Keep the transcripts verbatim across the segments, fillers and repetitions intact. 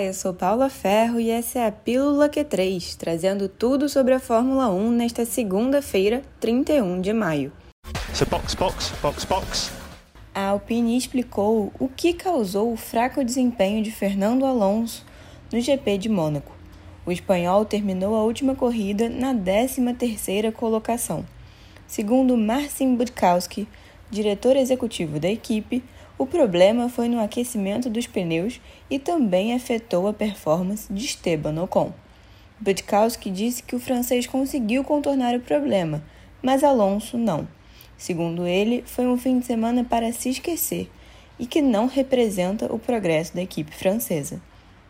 eu sou Paula Ferro e essa é a Pílula Q três, trazendo tudo sobre a Fórmula um nesta segunda-feira, trinta e um de maio. So box, box, box, box. A Alpine explicou o que causou o fraco desempenho de Fernando Alonso no G P de Mônaco. O espanhol terminou a última corrida na décima terceira colocação. Segundo Marcin Budkowski, diretor executivo da equipe, o problema foi no aquecimento dos pneus e também afetou a performance de Esteban Ocon. Budkowski disse que o francês conseguiu contornar o problema, mas Alonso não. Segundo ele, foi um fim de semana para se esquecer e que não representa o progresso da equipe francesa.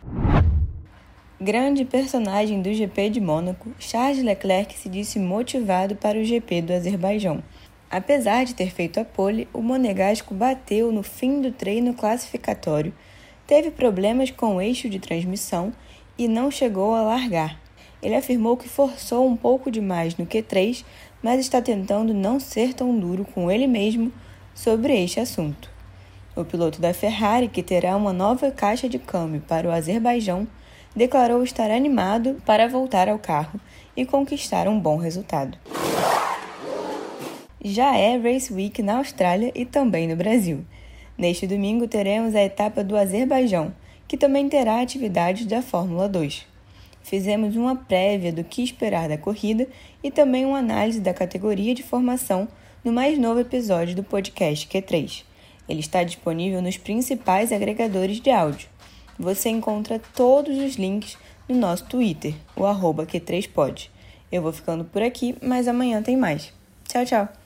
Grande personagem do G P de Mônaco, Charles Leclerc se disse motivado para o G P do Azerbaijão. Apesar de ter feito a pole, o monegasco bateu no fim do treino classificatório, teve problemas com o eixo de transmissão e não chegou a largar. Ele afirmou que forçou um pouco demais no Q três, mas está tentando não ser tão duro com ele mesmo sobre este assunto. O piloto da Ferrari, que terá uma nova caixa de câmbio para o Azerbaijão, declarou estar animado para voltar ao carro e conquistar um bom resultado. Já é Race Week na Austrália e também no Brasil. Neste domingo teremos a etapa do Azerbaijão, que também terá atividades da Fórmula dois. Fizemos uma prévia do que esperar da corrida e também uma análise da categoria de formação no mais novo episódio do podcast Q três. Ele está disponível nos principais agregadores de áudio. Você encontra todos os links no nosso Twitter, o arroba Q três pod. Eu vou ficando por aqui, mas amanhã tem mais. Tchau, tchau!